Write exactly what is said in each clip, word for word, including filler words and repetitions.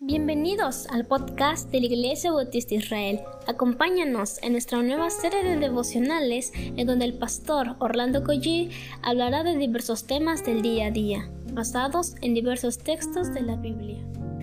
Bienvenidos al podcast de la Iglesia Bautista Israel. Acompáñanos en nuestra nueva serie de devocionales en donde el pastor Orlando Collie hablará de diversos temas del día a día, basados en diversos textos de la Biblia.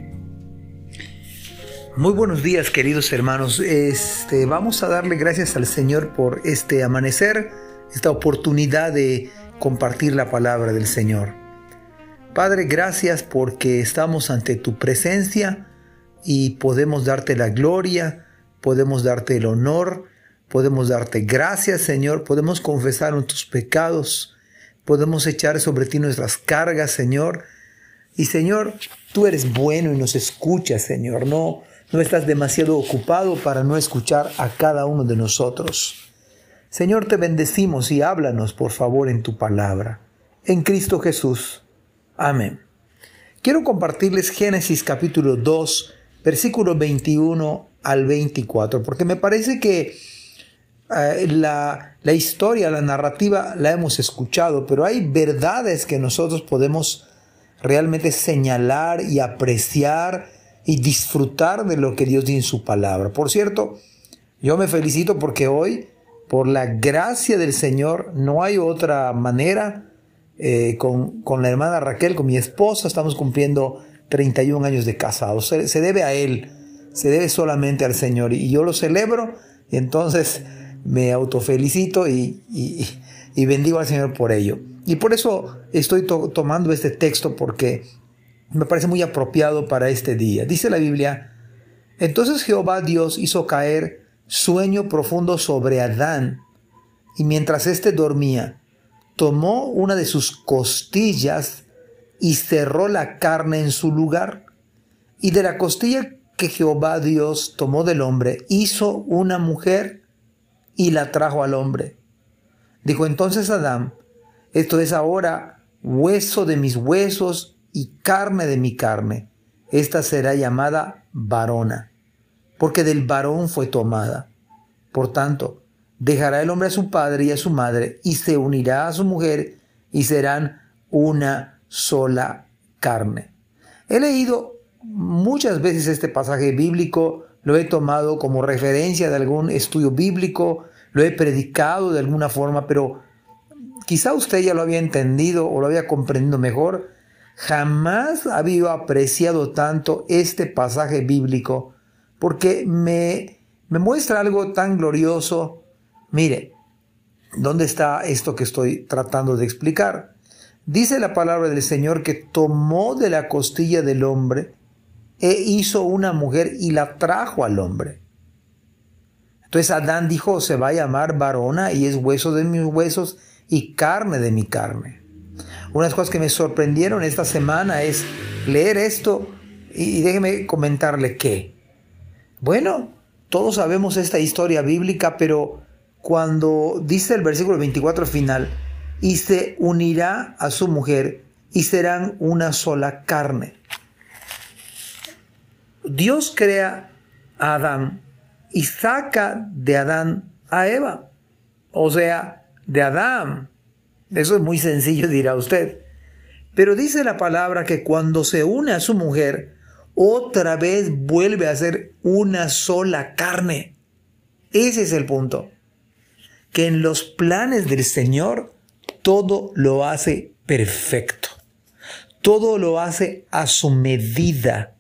Muy buenos días, queridos hermanos. Este, vamos a darle gracias al Señor por este amanecer, esta oportunidad de compartir la palabra del Señor. Padre, gracias porque estamos ante tu presencia y podemos darte la gloria, podemos darte el honor, podemos darte gracias, Señor, podemos confesar nuestros pecados, podemos echar sobre ti nuestras cargas, Señor. Y Señor, tú eres bueno y nos escuchas, Señor, no, no estás demasiado ocupado para no escuchar a cada uno de nosotros. Señor, te bendecimos y háblanos, por favor, en tu palabra. En Cristo Jesús. Amén. Quiero compartirles Génesis capítulo dos, versículo veintiuno al veinticuatro, porque me parece que eh, la, la historia, la narrativa la hemos escuchado, pero hay verdades que nosotros podemos realmente señalar y apreciar y disfrutar de lo que Dios dice en su palabra. Por cierto, yo me felicito porque hoy, por la gracia del Señor, no hay otra manera. Eh, con, con la hermana Raquel, con mi esposa, estamos cumpliendo treinta y un años de casados. Se, se debe a Él, se debe solamente al Señor. Y yo lo celebro, y entonces me autofelicito y, y, y bendigo al Señor por ello. Y por eso estoy to- tomando este texto, porque me parece muy apropiado para este día. Dice la Biblia: entonces Jehová Dios hizo caer sueño profundo sobre Adán, y mientras éste dormía, tomó una de sus costillas y cerró la carne en su lugar. Y de la costilla que Jehová Dios tomó del hombre, hizo una mujer y la trajo al hombre. Dijo entonces Adán: esto es ahora hueso de mis huesos y carne de mi carne. Esta será llamada varona, porque del varón fue tomada. Por tanto, dejará el hombre a su padre y a su madre, y se unirá a su mujer, y serán una sola carne. He leído muchas veces este pasaje bíblico, lo he tomado como referencia de algún estudio bíblico, lo he predicado de alguna forma, pero quizá usted ya lo había entendido o lo había comprendido mejor. Jamás había apreciado tanto este pasaje bíblico, porque me, me muestra algo tan glorioso. Mire, ¿dónde está esto que estoy tratando de explicar? Dice la palabra del Señor que tomó de la costilla del hombre e hizo una mujer y la trajo al hombre. Entonces Adán dijo: se va a llamar varona y es hueso de mis huesos y carne de mi carne. Unas cosas que me sorprendieron esta semana es leer esto y déjeme comentarle que, bueno, todos sabemos esta historia bíblica, pero cuando dice el versículo veinticuatro final: y se unirá a su mujer y serán una sola carne. Dios crea a Adán y saca de Adán a Eva, o sea, de Adán. Eso es muy sencillo, dirá usted. Pero dice la palabra que cuando se une a su mujer, otra vez vuelve a ser una sola carne. Ese es el punto. Que en los planes del Señor todo lo hace perfecto. Todo lo hace a su medida.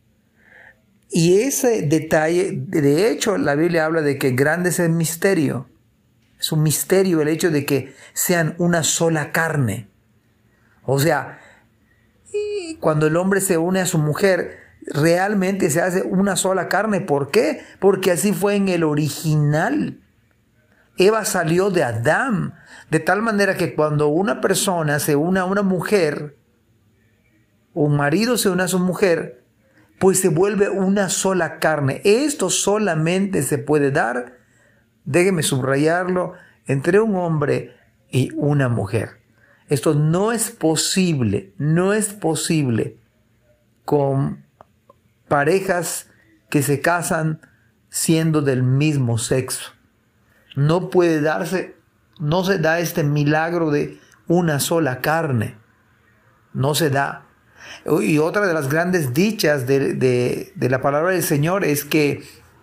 Y ese detalle, de hecho, la Biblia habla de que grande es el misterio. Es un misterio el hecho de que sean una sola carne. O sea, cuando el hombre se une a su mujer, realmente se hace una sola carne. ¿Por qué? Porque así fue en el original. Eva salió de Adán, de tal manera que cuando una persona se une a una mujer, un marido se une a su mujer, pues se vuelve una sola carne. Esto solamente se puede dar, déjeme subrayarlo, entre un hombre y una mujer. Esto no es posible, no es posible con parejas que se casan siendo del mismo sexo. No puede darse, no se da este milagro de una sola carne. No se da. Y otra de las grandes dichas de, de, de la palabra del Señor es que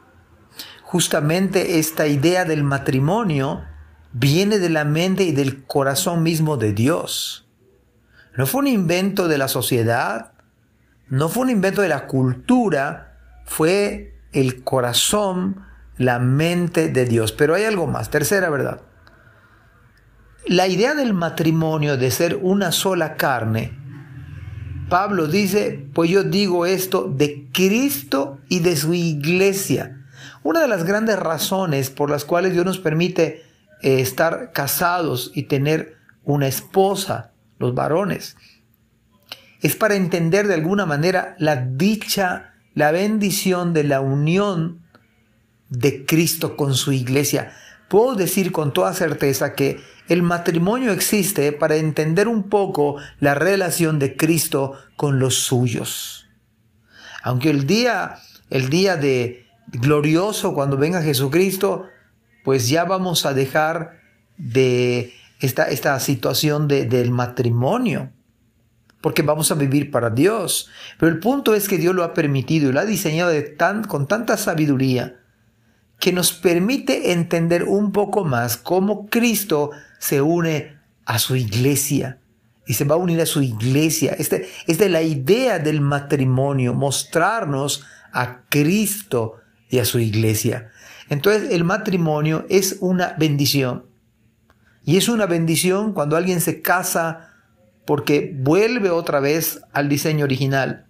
justamente esta idea del matrimonio viene de la mente y del corazón mismo de Dios. No fue un invento de la sociedad, no fue un invento de la cultura, fue el corazón, la mente de Dios. Pero hay algo más, tercera verdad. La idea del matrimonio, de ser una sola carne, Pablo dice, pues yo digo esto de Cristo y de su iglesia. Una de las grandes razones por las cuales Dios nos permite eh, estar casados y tener una esposa, los varones, es para entender de alguna manera la dicha, la bendición de la unión de Cristo con su iglesia. Puedo decir con toda certeza que el matrimonio existe para entender un poco la relación de Cristo con los suyos. Aunque el día, el día de glorioso, cuando venga Jesucristo, pues ya vamos a dejar de esta, esta situación de, del matrimonio, porque vamos a vivir para Dios. Pero el punto es que Dios lo ha permitido y lo ha diseñado de tan, con tanta sabiduría que nos permite entender un poco más cómo Cristo se une a su iglesia y se va a unir a su iglesia. Este, es de la idea del matrimonio, mostrarnos a Cristo y a su iglesia. Entonces el matrimonio es una bendición. Y es una bendición cuando alguien se casa porque vuelve otra vez al diseño original.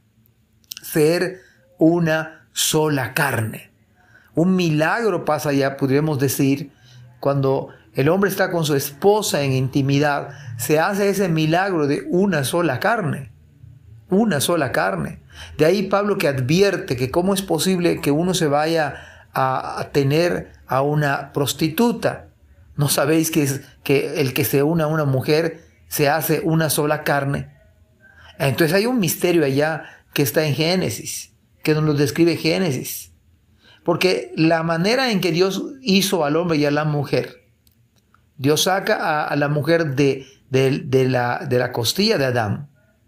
Ser una sola carne. Un milagro pasa ya, podríamos decir, cuando el hombre está con su esposa en intimidad, se hace ese milagro de una sola carne. Una sola carne. De ahí Pablo que advierte que cómo es posible que uno se vaya a, a tener a una prostituta. ¿No sabéis que, es, que el que se une a una mujer se hace una sola carne? Entonces hay un misterio allá que está en Génesis, que nos lo describe Génesis. Porque la manera en que Dios hizo al hombre y a la mujer, Dios saca a, a la mujer de, de, de, la, de la costilla de Adán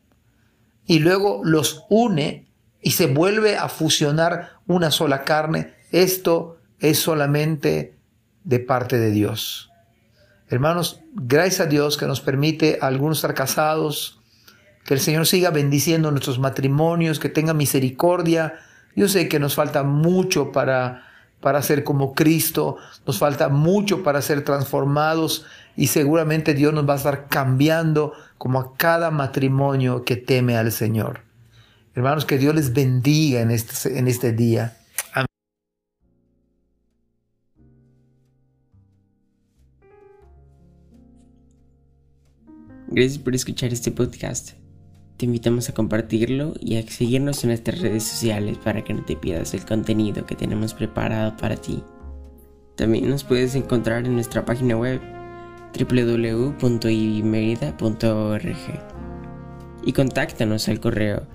y luego los une y se vuelve a fusionar una sola carne. Esto es solamente de parte de Dios. Hermanos, gracias a Dios que nos permite a algunos estar casados, que el Señor siga bendiciendo nuestros matrimonios, que tenga misericordia. Yo sé que nos falta mucho para, para ser como Cristo, nos falta mucho para ser transformados y seguramente Dios nos va a estar cambiando como a cada matrimonio que teme al Señor. Hermanos, que Dios les bendiga en este, en este día. Amén. Gracias por escuchar este podcast. Te invitamos a compartirlo y a seguirnos en nuestras redes sociales para que no te pierdas el contenido que tenemos preparado para ti. También nos puedes encontrar en nuestra página web doble u doble u doble u punto ibismerida punto org y contáctanos al correo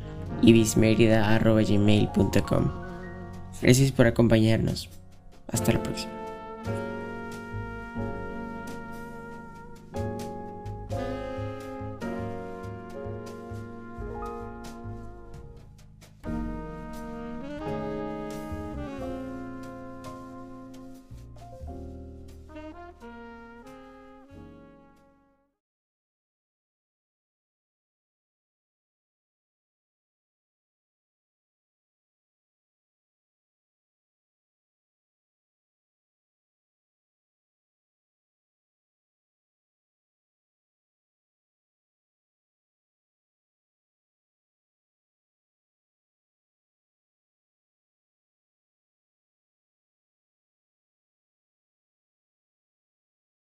ibismerida arroba gmail punto com. Gracias por acompañarnos. Hasta la próxima.